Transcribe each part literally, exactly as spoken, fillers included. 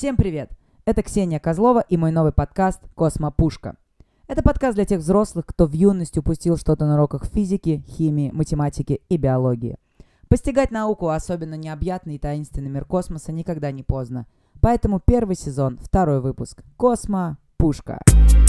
Всем привет! Это Ксения Козлова и мой новый подкаст «Космопушка». Это подкаст для тех взрослых, кто в юности упустил что-то на уроках физики, химии, математики и биологии. Постигать науку, особенно необъятный и таинственный мир космоса, никогда не поздно. Поэтому первый сезон, второй выпуск «Космопушка».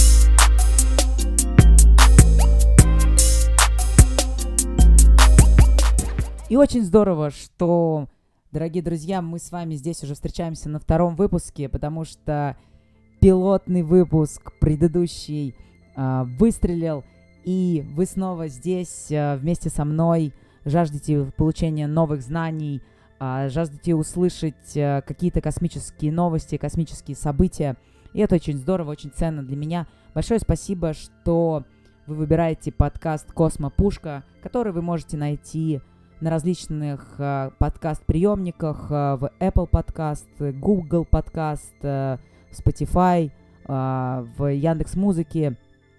И очень здорово, что, дорогие друзья, мы с вами здесь уже встречаемся на втором выпуске, потому что пилотный выпуск предыдущий э, выстрелил, и вы снова здесь э, вместе со мной жаждете получения новых знаний, э, жаждете услышать э, какие-то космические новости, космические события. И это очень здорово, очень ценно для меня. Большое спасибо, что вы выбираете подкаст «Космопушка», который вы можете найти на различных э, подкаст-приемниках, э, в Apple Podcast, Google Podcast, э, Spotify, э, в Яндекс.Музыке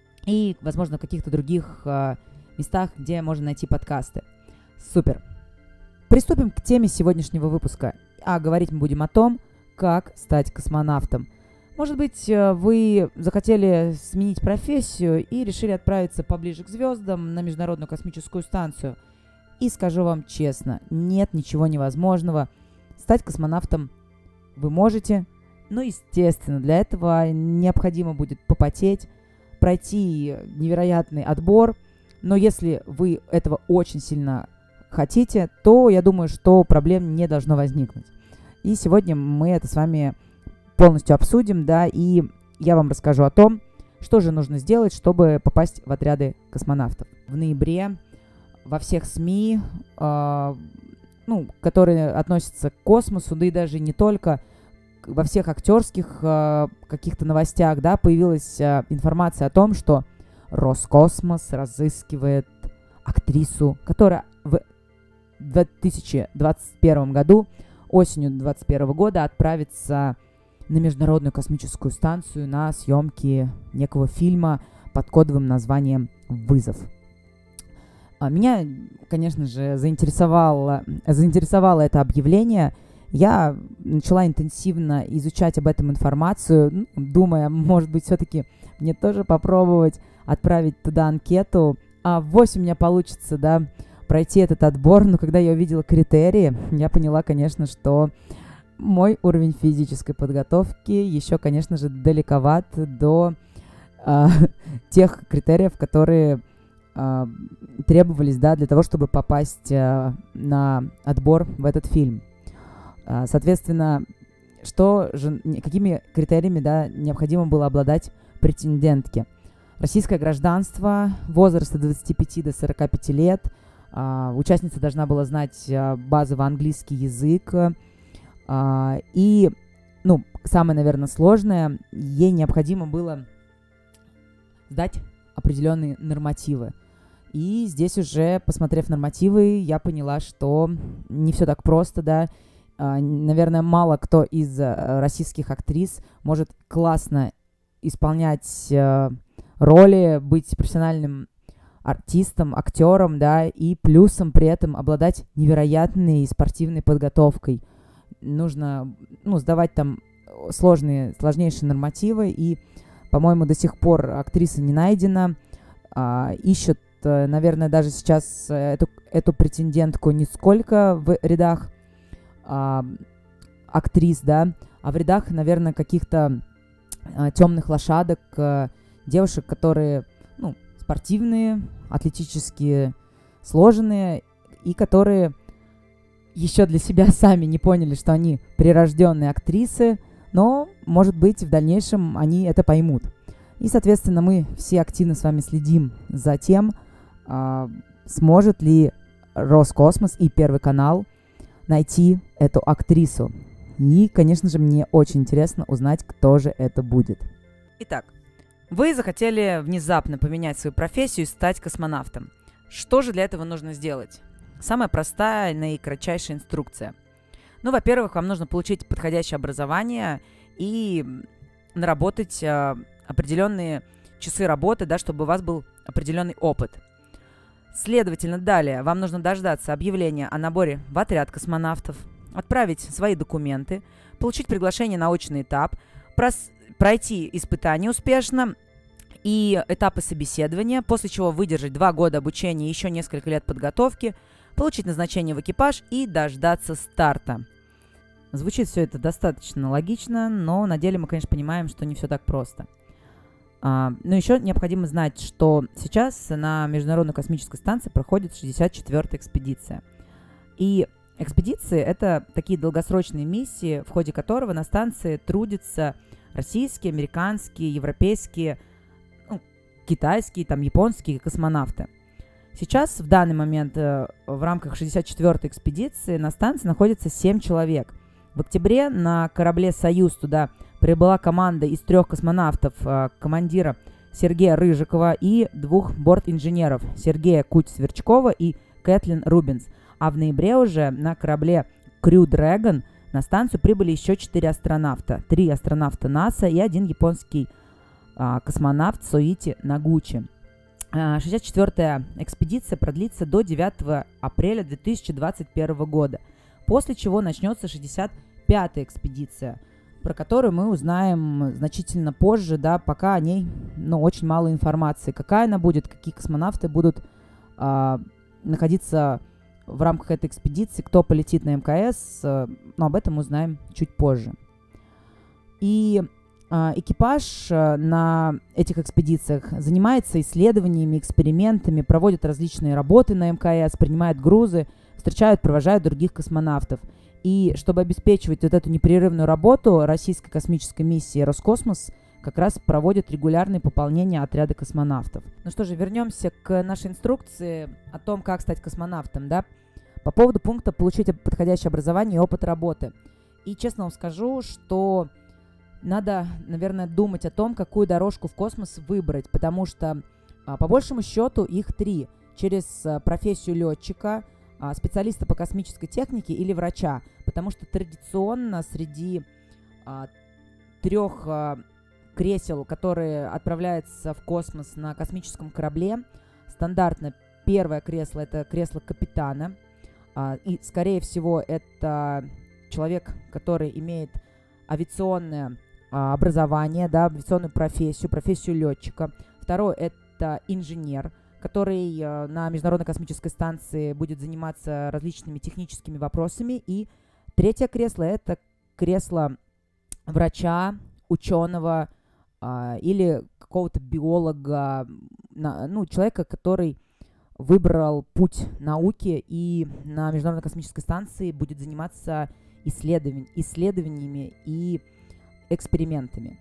и, возможно, в каких-то других э, местах, где можно найти подкасты. Супер! Приступим к теме сегодняшнего выпуска. А говорить мы будем о том, как стать космонавтом. Может быть, э, вы захотели сменить профессию и решили отправиться поближе к звездам на Международную космическую станцию. И скажу вам честно, нет ничего невозможного. Стать космонавтом вы можете, но, естественно, для этого необходимо будет попотеть, пройти невероятный отбор. Но если вы этого очень сильно хотите, то я думаю, что проблем не должно возникнуть. И сегодня мы это с вами полностью обсудим, да, и я вам расскажу о том, что же нужно сделать, чтобы попасть в отряды космонавтов. В ноябре во всех СМИ, э, ну, которые относятся к космосу, да и даже не только, во всех актерских э, каких-то новостях, да, появилась э, информация о том, что Роскосмос разыскивает актрису, которая в две тысячи двадцать первом году, осенью двадцать первого года, отправится на Международную космическую станцию на съемки некого фильма под кодовым названием «Вызов». Меня, конечно же, заинтересовало, заинтересовало это объявление. Я начала интенсивно изучать об этом информацию, думая, может быть, все-таки мне тоже попробовать отправить туда анкету. А вось у меня получится, да, пройти этот отбор. Но когда я увидела критерии, я поняла, конечно, что мой уровень физической подготовки еще, конечно же, далековат до э, тех критериев, которые Uh, требовались, да, для того, чтобы попасть uh, на отбор в этот фильм. Uh, соответственно, что же, какими критериями, да, необходимо было обладать претендентке? Российское гражданство, возраст от двадцати пяти до сорока пяти лет, uh, участница должна была знать uh, базовый английский язык, uh, и, ну, самое, наверное, сложное, ей необходимо было сдать определенные нормативы. И здесь уже, посмотрев нормативы, я поняла, что не все так просто, да. А, наверное, мало кто из а, российских актрис может классно исполнять а, роли, быть профессиональным артистом, актером, да, и плюсом при этом обладать невероятной спортивной подготовкой. Нужно, ну, сдавать там сложные, сложнейшие нормативы, и, по-моему, до сих пор актриса не найдена. А, ищут, наверное, даже сейчас эту, эту претендентку не сколько в рядах а, актрис, да, а в рядах, наверное, каких-то а, темных лошадок, а, девушек, которые, ну, спортивные, атлетически сложенные, и которые еще для себя сами не поняли, что они прирожденные актрисы, но, может быть, в дальнейшем они это поймут. И, соответственно, мы все активно с вами следим за тем, а, сможет ли Роскосмос и Первый канал найти эту актрису. И, конечно же, мне очень интересно узнать, кто же это будет. Итак, вы захотели внезапно поменять свою профессию и стать космонавтом. Что же для этого нужно сделать? Самая простая, наикратчайшая инструкция. Ну, во-первых, вам нужно получить подходящее образование и наработать а, определенные часы работы, да, чтобы у вас был определенный опыт. Следовательно, далее вам нужно дождаться объявления о наборе в отряд космонавтов, отправить свои документы, получить приглашение на очный этап, прос- пройти испытание успешно и этапы собеседования, после чего выдержать два года обучения и еще несколько лет подготовки, получить назначение в экипаж и дождаться старта. Звучит все это достаточно логично, но на деле мы, конечно, понимаем, что не все так просто. А, но еще необходимо знать, что сейчас на Международной космической станции проходит шестьдесят четвёртая экспедиция. И экспедиции — это такие долгосрочные миссии, в ходе которого на станции трудятся российские, американские, европейские, ну, китайские, там, японские космонавты. Сейчас, в данный момент, в рамках шестьдесят четвёртой экспедиции на станции находится семь человек. В октябре на корабле «Союз» туда прибыла команда из трех космонавтов, командира Сергея Рыжикова и двух борт-инженеров Сергея Куть-Сверчкова и Кэтлин Рубинс. А в ноябре уже на корабле Crew Dragon на станцию прибыли еще четыре астронавта. Три астронавта НАСА и один японский а, космонавт Соити Нагучи. А, шестьдесят четвёртая экспедиция продлится до девятого апреля две тысячи двадцать первого года, после чего начнется шестьдесят пятая экспедиция, про которую мы узнаем значительно позже, да, пока о ней, ну, очень мало информации. Какая она будет, какие космонавты будут а, находиться в рамках этой экспедиции, кто полетит на МКС, а, но об этом узнаем чуть позже. И а, экипаж а, на этих экспедициях занимается исследованиями, экспериментами, проводит различные работы на МКС, принимает грузы, встречают, провожают других космонавтов. И чтобы обеспечивать вот эту непрерывную работу, российская космическая миссия «Роскосмос» как раз проводит регулярные пополнения отряда космонавтов. Ну что же, вернемся к нашей инструкции о том, как стать космонавтом, да? По поводу пункта «Получить подходящее образование и опыт работы». И честно вам скажу, что надо, наверное, думать о том, какую дорожку в космос выбрать, потому что, по большему счету, их три. Через профессию летчика, специалиста по космической технике или врача, потому что традиционно среди а, трех а, кресел, которые отправляются в космос на космическом корабле, стандартно первое кресло — это кресло капитана, а, и, скорее всего, это человек, который имеет авиационное а, образование, да, авиационную профессию, профессию летчика. Второе — это инженер, который э, на Международной космической станции будет заниматься различными техническими вопросами. И третье кресло — это кресло врача, ученого э, или какого-то биолога, на, ну, человека, который выбрал путь науки и на Международной космической станции будет заниматься исследован- исследованиями и экспериментами.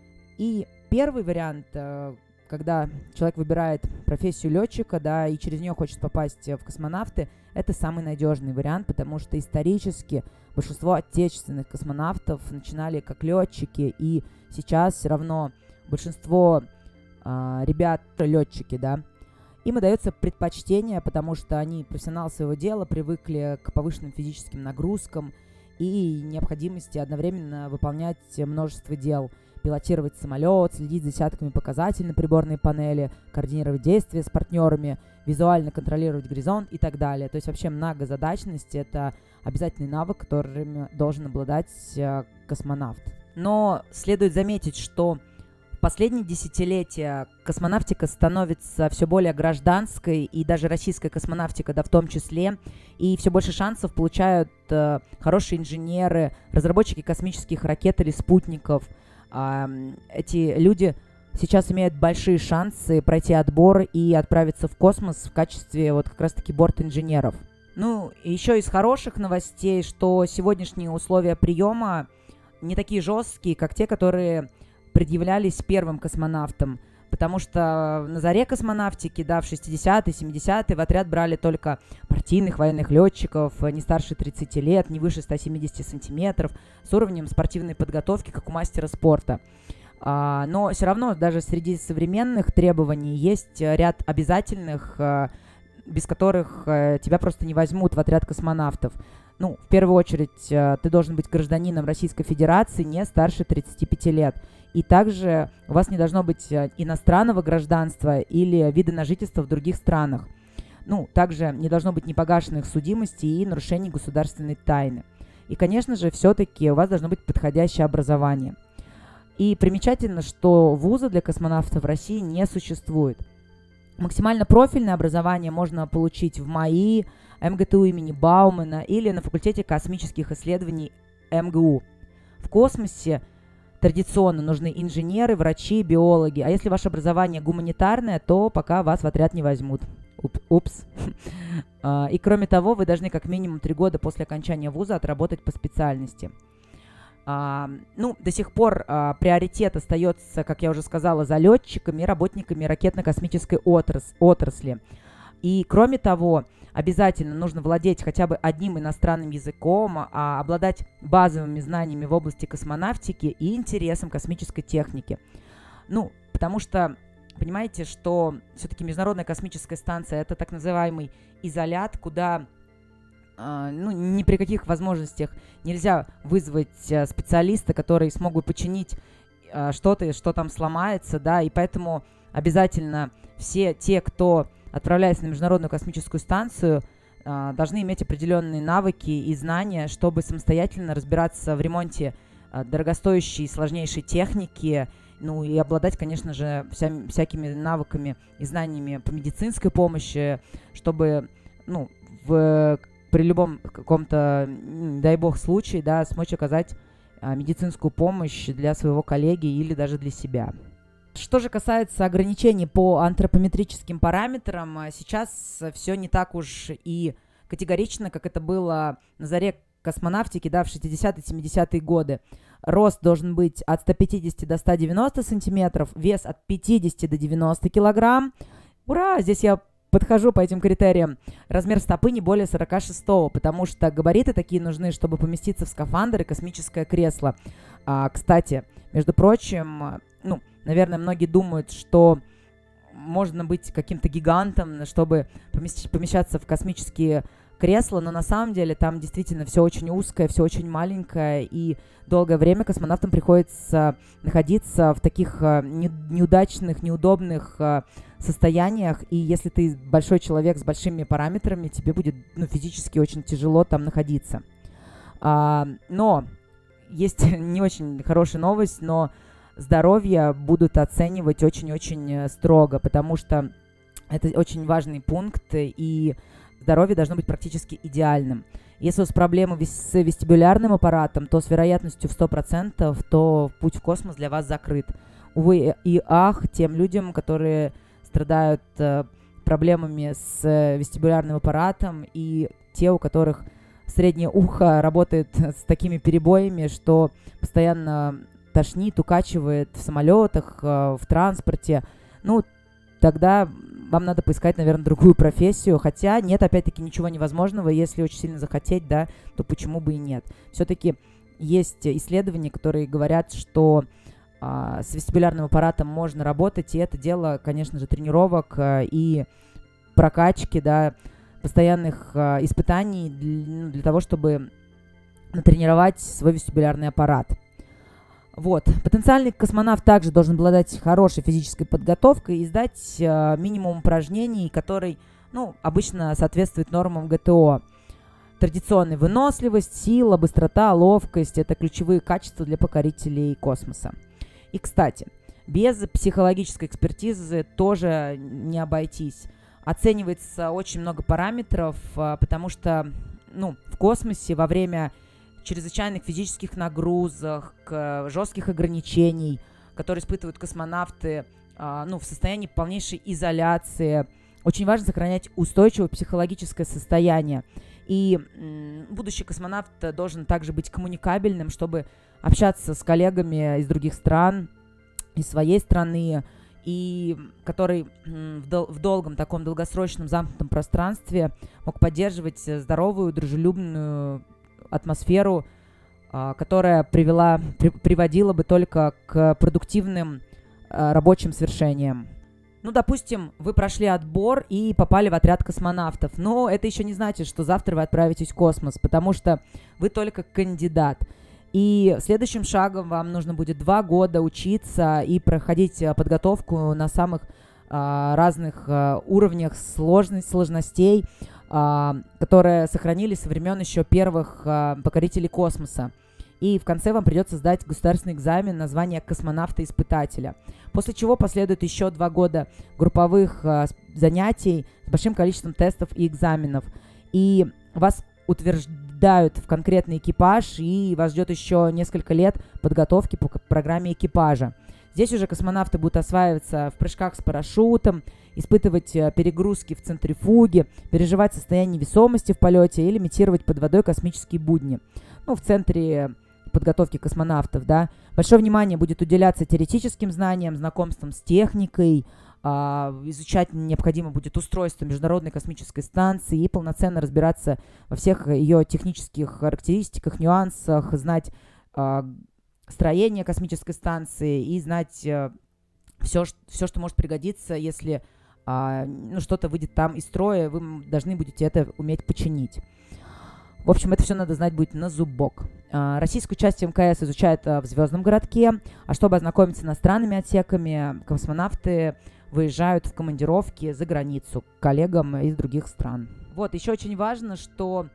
И первый вариант э, когда человек выбирает профессию летчика, да, и через нее хочет попасть в космонавты, это самый надежный вариант, потому что исторически большинство отечественных космонавтов начинали как летчики, и сейчас все равно большинство а, ребят летчики, да. Им отдается предпочтение, потому что они профессионалы своего дела, привыкли к повышенным физическим нагрузкам и необходимости одновременно выполнять множество дел. Пилотировать самолет, следить за десятками показателей на приборной панели, координировать действия с партнерами, визуально контролировать горизонт и так далее. То есть вообще многозадачность — это обязательный навык, которым должен обладать э, космонавт. Но следует заметить, что в последние десятилетия космонавтика становится все более гражданской, и даже российская космонавтика, да, в том числе, и все больше шансов получают э, хорошие инженеры, разработчики космических ракет или спутников. Эти люди сейчас имеют большие шансы пройти отбор и отправиться в космос в качестве вот как раз-таки борт-инженеров. Ну, еще из хороших новостей, что сегодняшние условия приема не такие жесткие, как те, которые предъявлялись первым космонавтам. Потому что на заре космонавтики, да, в шестидесятые, семидесятые в отряд брали только партийных военных летчиков, не старше тридцати лет, не выше ста семидесяти сантиметров, с уровнем спортивной подготовки, как у мастера спорта. А, но все равно даже среди современных требований есть ряд обязательных, а, без которых а, тебя просто не возьмут в отряд космонавтов. Ну, в первую очередь, а, ты должен быть гражданином Российской Федерации не старше тридцати пяти лет. И также у вас не должно быть иностранного гражданства или вида на жительство в других странах. Ну, также не должно быть непогашенных судимостей и нарушений государственной тайны. И, конечно же, все-таки у вас должно быть подходящее образование. И примечательно, что вуза для космонавтов в России не существует. Максимально профильное образование можно получить в МАИ, МГТУ имени Баумана или на факультете космических исследований МГУ. В космосе традиционно нужны инженеры, врачи, биологи. А если ваше образование гуманитарное, то пока вас в отряд не возьмут. Уп- Упс. И кроме того, вы должны как минимум три года после окончания вуза отработать по специальности. А, ну, до сих пор а, приоритет остается, как я уже сказала, за летчиками и работниками ракетно-космической отрас- отрасли. И кроме того, обязательно нужно владеть хотя бы одним иностранным языком, а обладать базовыми знаниями в области космонавтики и интересом космической техники. Ну, потому что, понимаете, что все-таки Международная космическая станция – это так называемый изолят, куда Uh, ну, ни при каких возможностях нельзя вызвать uh, специалиста, который смог бы починить uh, что-то, что там сломается, да, и поэтому обязательно все те, кто отправляется на Международную космическую станцию, uh, должны иметь определенные навыки и знания, чтобы самостоятельно разбираться в ремонте uh, дорогостоящей и сложнейшей техники, ну и обладать, конечно же, вся, всякими навыками и знаниями по медицинской помощи, чтобы, ну, в при любом каком-то, дай бог, случае, да, смочь оказать а, медицинскую помощь для своего коллеги или даже для себя. Что же касается ограничений по антропометрическим параметрам, сейчас все не так уж и категорично, как это было на заре космонавтики, да, в шестидесятые-семидесятые годы. Рост должен быть от ста пятидесяти до ста девяноста сантиметров, вес от пятидесяти до девяноста килограмм. Ура! Здесь я подхожу по этим критериям. Размер стопы не более сорока шестого, потому что габариты такие нужны, чтобы поместиться в скафандр и космическое кресло. А, кстати, между прочим, ну, наверное, многие думают, что можно быть каким-то гигантом, чтобы помещ- помещаться в космические кресла, но на самом деле там действительно все очень узкое, все очень маленькое, и долгое время космонавтам приходится находиться в таких uh, не- неудачных, неудобных uh, состояниях, и если ты большой человек с большими параметрами, тебе будет, ну, физически очень тяжело там находиться. А, но есть не очень хорошая новость, но здоровье будут оценивать очень-очень строго, потому что это очень важный пункт, и здоровье должно быть практически идеальным. Если у вас проблемы с вестибулярным аппаратом, то с вероятностью в сто процентов, то путь в космос для вас закрыт. Увы и ах, тем людям, которые страдают э, проблемами с э, вестибулярным аппаратом, и те, у которых среднее ухо работает с такими перебоями, что постоянно тошнит, укачивает в самолетах, э, в транспорте, ну, тогда вам надо поискать, наверное, другую профессию. Хотя нет, опять-таки, ничего невозможного. Если очень сильно захотеть, да, то почему бы и нет. Все-таки есть исследования, которые говорят, что а, с вестибулярным аппаратом можно работать, и это дело, конечно же, тренировок а, и прокачки, да, постоянных а, испытаний для, для того, чтобы натренировать свой вестибулярный аппарат. Вот. Потенциальный космонавт также должен обладать хорошей физической подготовкой и сдать э, минимум упражнений, который, ну, обычно соответствует нормам ГТО. Традиционная выносливость, сила, быстрота, ловкость – это ключевые качества для покорителей космоса. И, кстати, без психологической экспертизы тоже не обойтись. Оценивается очень много параметров, э, потому что, ну, в космосе во время чрезвычайных физических нагрузок, жестких ограничений, которые испытывают космонавты, а, ну, в состоянии полнейшей изоляции. Очень важно сохранять устойчивое психологическое состояние. И м, будущий космонавт должен также быть коммуникабельным, чтобы общаться с коллегами из других стран, из своей страны, и который м, в, дол- в долгом таком долгосрочном замкнутом пространстве мог поддерживать здоровую, дружелюбную атмосферу, а, которая привела, при, приводила бы только к продуктивным а, рабочим свершениям. Ну, допустим, вы прошли отбор и попали в отряд космонавтов, но это еще не значит, что завтра вы отправитесь в космос, потому что вы только кандидат. И следующим шагом вам нужно будет два года учиться и проходить подготовку на самых а, разных а, уровнях сложность, сложностей. а, которые сохранились со времен еще первых а, покорителей космоса. И в конце вам придется сдать государственный экзамен на звание космонавта-испытателя. После чего последует еще два года групповых а, занятий с большим количеством тестов и экзаменов. И вас утверждают в конкретный экипаж, и вас ждет еще несколько лет подготовки по программе экипажа. Здесь уже космонавты будут осваиваться в прыжках с парашютом, испытывать перегрузки в центрифуге, переживать состояние невесомости в полете или имитировать под водой космические будни. Ну, в центре подготовки космонавтов, да. Большое внимание будет уделяться теоретическим знаниям, знакомствам с техникой, а, изучать необходимо будет устройство Международной космической станции и полноценно разбираться во всех ее технических характеристиках, нюансах, знать а, строение космической станции и знать а, все, все, что может пригодиться, если а, ну, что-то выйдет там из строя, вы должны будете это уметь починить. В общем, это все надо знать будет на зубок. А, российскую часть МКС изучают а, в Звездном городке, а чтобы ознакомиться с иностранными отсеками, космонавты выезжают в командировки за границу к коллегам из других стран. Вот, еще очень важно, что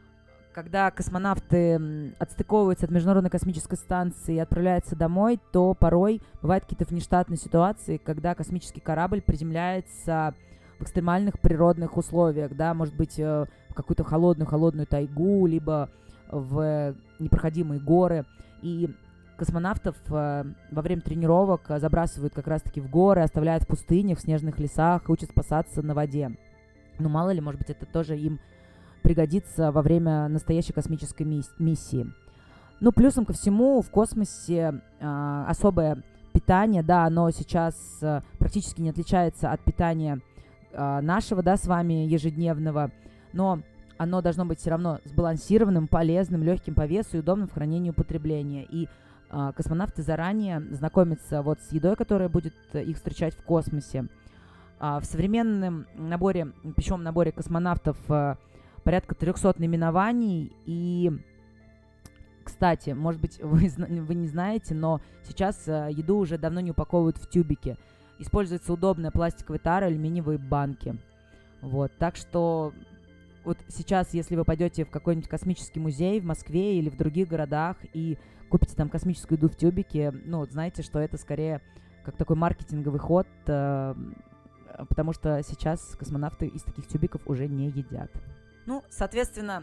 когда космонавты отстыковываются от Международной космической станции и отправляются домой, то порой бывают какие-то внештатные ситуации, когда космический корабль приземляется в экстремальных природных условиях, да, может быть, в какую-то холодную-холодную тайгу, либо в непроходимые горы. И космонавтов во время тренировок забрасывают как раз-таки в горы, оставляют в пустынях, в снежных лесах, учат спасаться на воде. Ну, мало ли, может быть, это тоже им пригодится во время настоящей космической миссии. Ну, плюсом ко всему, в космосе э, особое питание, да, оно сейчас э, практически не отличается от питания э, нашего, да, с вами ежедневного, но оно должно быть все равно сбалансированным, полезным, легким по весу и удобным в хранении и употреблении. И э, космонавты заранее знакомятся вот с едой, которая будет их встречать в космосе. Э, в современном наборе, пищевом наборе космонавтов э, порядка трехсот наименований. И, кстати, может быть, вы, вы не знаете, но сейчас э, еду уже давно не упаковывают в тюбики. Используется удобная пластиковая тара, алюминиевые банки. Вот, так что вот сейчас, если вы пойдете в какой-нибудь космический музей в Москве или в других городах и купите там космическую еду в тюбике, ну, вот знаете, что это скорее как такой маркетинговый ход, э, потому что сейчас космонавты из таких тюбиков уже не едят. Ну, соответственно,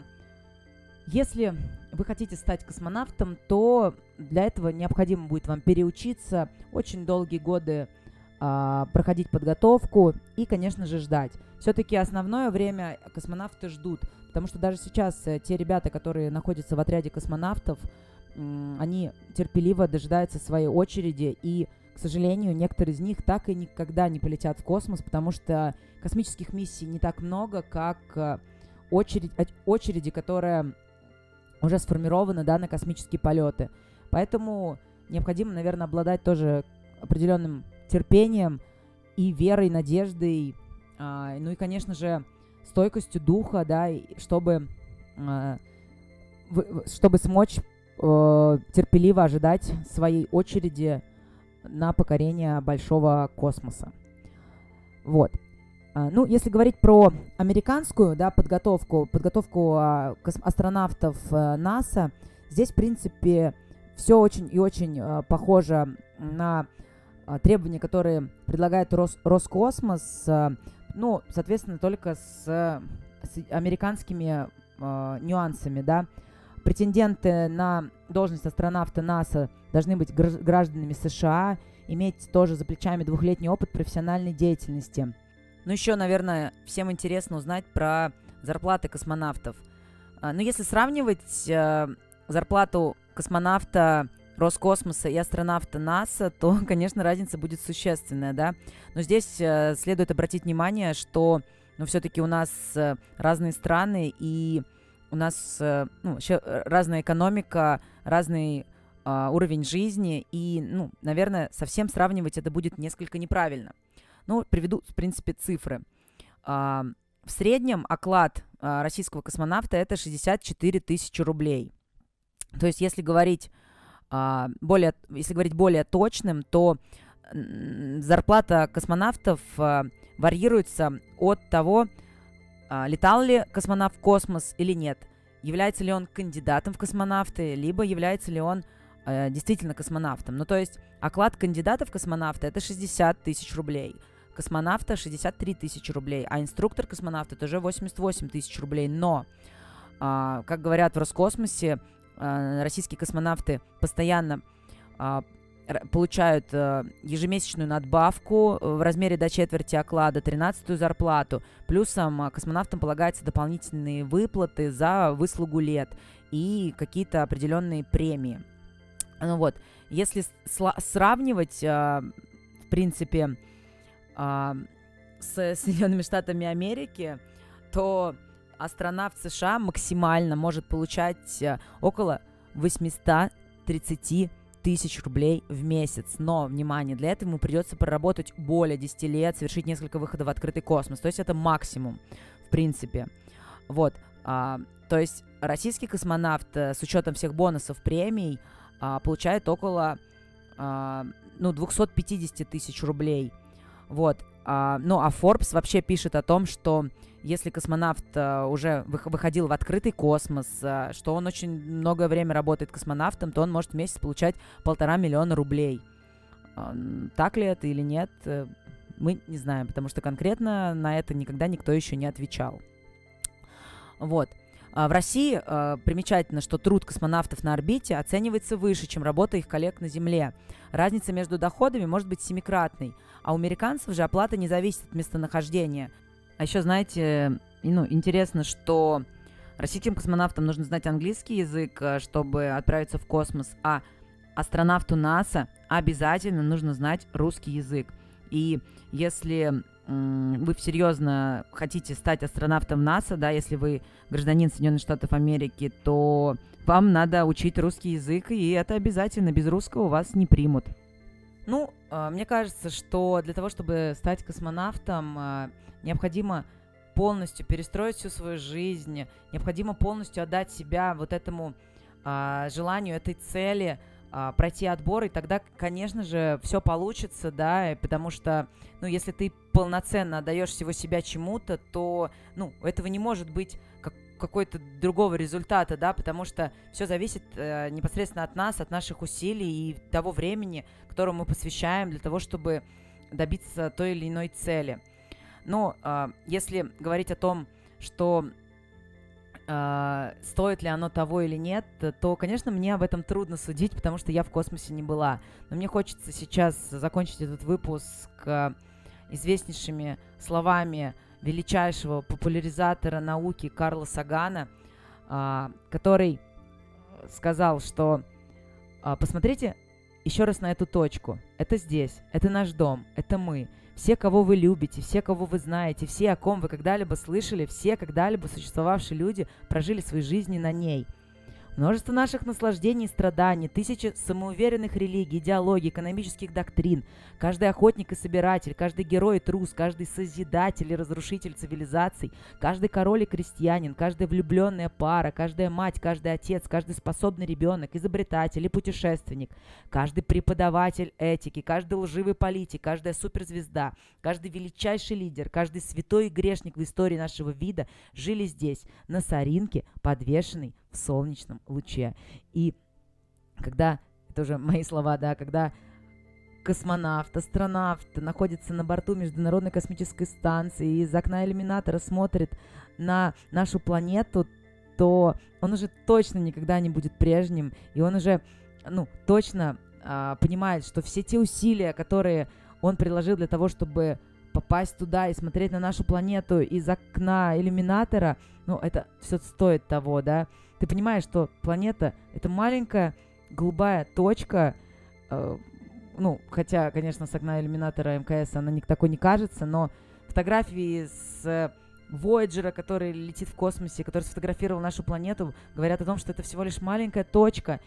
если вы хотите стать космонавтом, то для этого необходимо будет вам переучиться, очень долгие годы а, проходить подготовку и, конечно же, ждать. Все-таки основное время космонавты ждут, потому что даже сейчас э, те ребята, которые находятся в отряде космонавтов, м, они терпеливо дожидаются своей очереди, и, к сожалению, некоторые из них так и никогда не полетят в космос, потому что космических миссий не так много, как э, очередь, очереди, которая уже сформирована, да, на космические полеты. Поэтому необходимо, наверное, обладать тоже определенным терпением и верой, надеждой, а, ну и, конечно же, стойкостью духа, да, чтобы, а, в, чтобы смочь а, терпеливо ожидать своей очереди на покорение большого космоса. Вот. Ну, если говорить про американскую, да, подготовку, подготовку а, кос- астронавтов а, НАСА, здесь, в принципе, все очень и очень а, похоже на а, требования, которые предлагает Рос- Роскосмос, а, ну, соответственно, только с, с американскими а, нюансами, да. Претенденты на должность астронавта НАСА должны быть гр- гражданами США, иметь тоже за плечами двухлетний опыт профессиональной деятельности. Ну, еще, наверное, всем интересно узнать про зарплаты космонавтов. А, ну, если сравнивать э, зарплату космонавта Роскосмоса и астронавта НАСА, то, конечно, разница будет существенная, да. Но здесь э, следует обратить внимание, что, ну, все-таки у нас э, разные страны, и у нас э, ну, вообще разная экономика, разный э, уровень жизни, и, ну, наверное, совсем сравнивать это будет несколько неправильно. Ну, приведу, в принципе, цифры. А, в среднем оклад а, российского космонавта – это шестьдесят четыре тысячи рублей. То есть, если говорить, а, более, если говорить более точным, то м, зарплата космонавтов а, варьируется от того, а, летал ли космонавт в космос или нет, является ли он кандидатом в космонавты, либо является ли он э, действительно космонавтом. Ну, то есть оклад кандидата в космонавты – это шестьдесят тысяч рублей, космонавта – шестьдесят три тысячи рублей, а инструктор космонавта – это уже восемьдесят восемь тысяч рублей. Но, э, как говорят в Роскосмосе, э, российские космонавты постоянно э, получают э, ежемесячную надбавку в размере до четверти оклада, тринадцатую зарплату. Плюсом э, космонавтам полагаются дополнительные выплаты за выслугу лет и какие-то определенные премии. Ну вот, если сравнивать, э, в принципе, э, с Соединенными Штатами Америки, то астронавт США максимально может получать э, около восемьсот тридцать тысяч рублей в месяц. Но, внимание, для этого ему придется проработать более десяти лет, совершить несколько выходов в открытый космос. То есть это максимум, в принципе. Вот. А, то есть российский космонавт с учетом всех бонусов, премий, а, получает около а, ну, двести пятьдесят тысяч рублей. Вот. А, ну, а Forbes вообще пишет о том, что если космонавт а, уже выходил в открытый космос, а, что он очень многое время работает космонавтом, то он может в месяц получать полтора миллиона рублей. А, так ли это или нет, мы не знаем, потому что конкретно на это никогда никто еще не отвечал. Вот. А в России а, примечательно, что труд космонавтов на орбите оценивается выше, чем работа их коллег на Земле. Разница между доходами может быть семикратной, а у американцев же оплата не зависит от местонахождения. А еще, знаете, ну, интересно, что российским космонавтам нужно знать английский язык, чтобы отправиться в космос, а астронавту НАСА обязательно нужно знать русский язык. И если м- вы серьезно хотите стать астронавтом НАСА, да, если вы гражданин Соединенных Штатов Америки, то вам надо учить русский язык, и это обязательно, без русского вас не примут. Ну, э, мне кажется, что для того, чтобы стать космонавтом, э, необходимо полностью перестроить всю свою жизнь, необходимо полностью отдать себя вот этому э, желанию, этой цели, э, пройти отбор, и тогда, конечно же, все получится, да, потому что, ну, если ты полноценно отдаешь всего себя чему-то, то, ну, этого не может быть как какой-то другого результата, да, потому что все зависит э, непосредственно от нас, от наших усилий и того времени, которое мы посвящаем для того, чтобы добиться той или иной цели. Но э, если говорить о том, что э, стоит ли оно того или нет, то, конечно, мне об этом трудно судить, потому что я в космосе не была. Но мне хочется сейчас закончить этот выпуск э, известнейшими словами величайшего популяризатора науки Карла Сагана, а, который сказал, что а, посмотрите еще раз на эту точку. Это здесь, это наш дом, это мы. Все, кого вы любите, все, кого вы знаете, все, о ком вы когда-либо слышали, все когда-либо существовавшие люди прожили свои жизни на ней. Множество наших наслаждений и страданий, тысячи самоуверенных религий, идеологий, экономических доктрин. Каждый охотник и собиратель, каждый герой и трус, каждый созидатель и разрушитель цивилизаций, каждый король и крестьянин, каждая влюбленная пара, каждая мать, каждый отец, каждый способный ребенок, изобретатель и путешественник, каждый преподаватель этики, каждый лживый политик, каждая суперзвезда, каждый величайший лидер, каждый святой и грешник в истории нашего вида жили здесь, на соринке, подвешенной в солнечном луче. И когда, это уже мои слова, да, когда космонавт, астронавт находится на борту Международной космической станции и из окна иллюминатора смотрит на нашу планету, то он уже точно никогда не будет прежним, и он уже, ну, точно а, понимает, что все те усилия, которые он приложил для того, чтобы попасть туда и смотреть на нашу планету из окна иллюминатора, ну, это все стоит того, да. Ты понимаешь, что планета — это маленькая голубая точка, э, ну, хотя, конечно, с окна иллюминатора МКС она не, такой не кажется, но фотографии с Voyager, который летит в космосе, который сфотографировал нашу планету, говорят о том, что это всего лишь маленькая точка,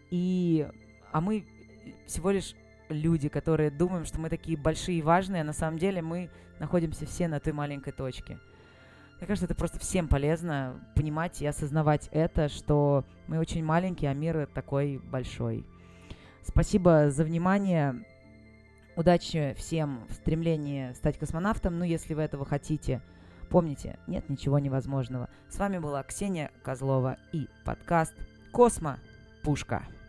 и, а мы всего лишь люди, которые думаем, что мы такие большие и важные, а на самом деле мы находимся все на той маленькой точке. Мне кажется, это просто всем полезно понимать и осознавать это, что мы очень маленькие, а мир такой большой. Спасибо за внимание. Удачи всем в стремлении стать космонавтом. Ну, если вы этого хотите, Помните, нет ничего невозможного. С вами была Ксения Козлова и подкаст «Космо Пушка».